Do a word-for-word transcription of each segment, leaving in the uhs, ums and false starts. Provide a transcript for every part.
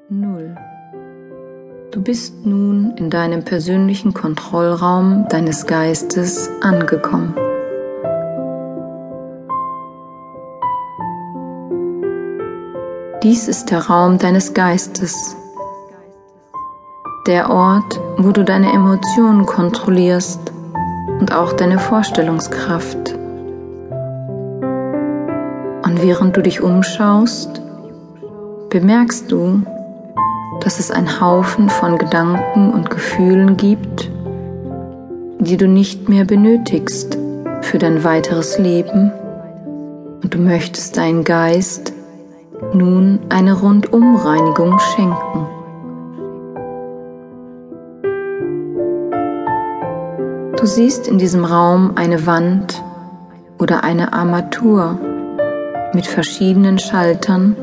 null. Du bist nun in deinem persönlichen Kontrollraum deines Geistes angekommen. Dies ist der Raum deines Geistes, der Ort, wo du deine Emotionen kontrollierst und auch deine Vorstellungskraft. Und während du dich umschaust, bemerkst du, dass es einen Haufen von Gedanken und Gefühlen gibt, die du nicht mehr benötigst für dein weiteres Leben, und du möchtest deinen Geist nun eine Rundumreinigung schenken. Du siehst in diesem Raum eine Wand oder eine Armatur mit verschiedenen Schaltern,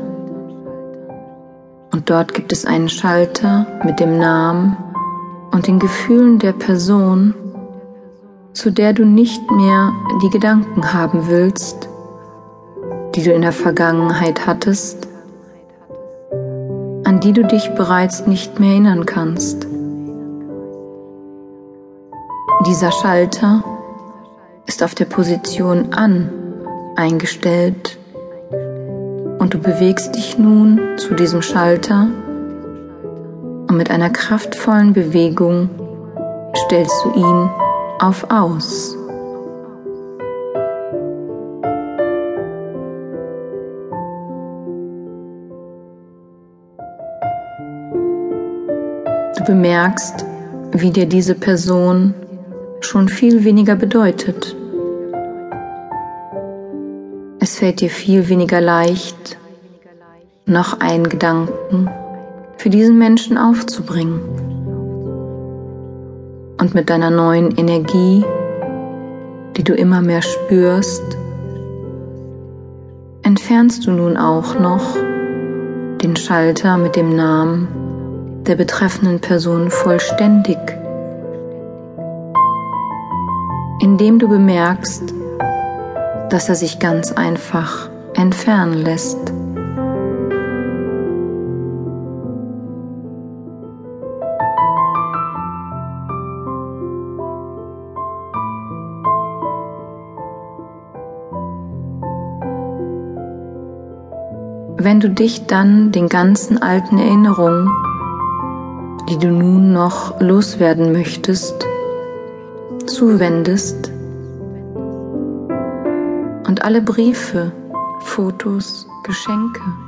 und dort gibt es einen Schalter mit dem Namen und den Gefühlen der Person, zu der du nicht mehr die Gedanken haben willst, die du in der Vergangenheit hattest, an die du dich bereits nicht mehr erinnern kannst. Dieser Schalter ist auf der Position an eingestellt, und du bewegst dich nun zu diesem Schalter, und mit einer kraftvollen Bewegung stellst du ihn auf aus. Du bemerkst, wie dir diese Person schon viel weniger bedeutet. Es fällt dir viel weniger leicht, noch einen Gedanken für diesen Menschen aufzubringen. Und mit deiner neuen Energie, die du immer mehr spürst, entfernst du nun auch noch den Schalter mit dem Namen der betreffenden Person vollständig, indem du bemerkst, dass er sich ganz einfach entfernen lässt. Wenn du dich dann den ganzen alten Erinnerungen, die du nun noch loswerden möchtest, zuwendest und alle Briefe, Fotos, Geschenke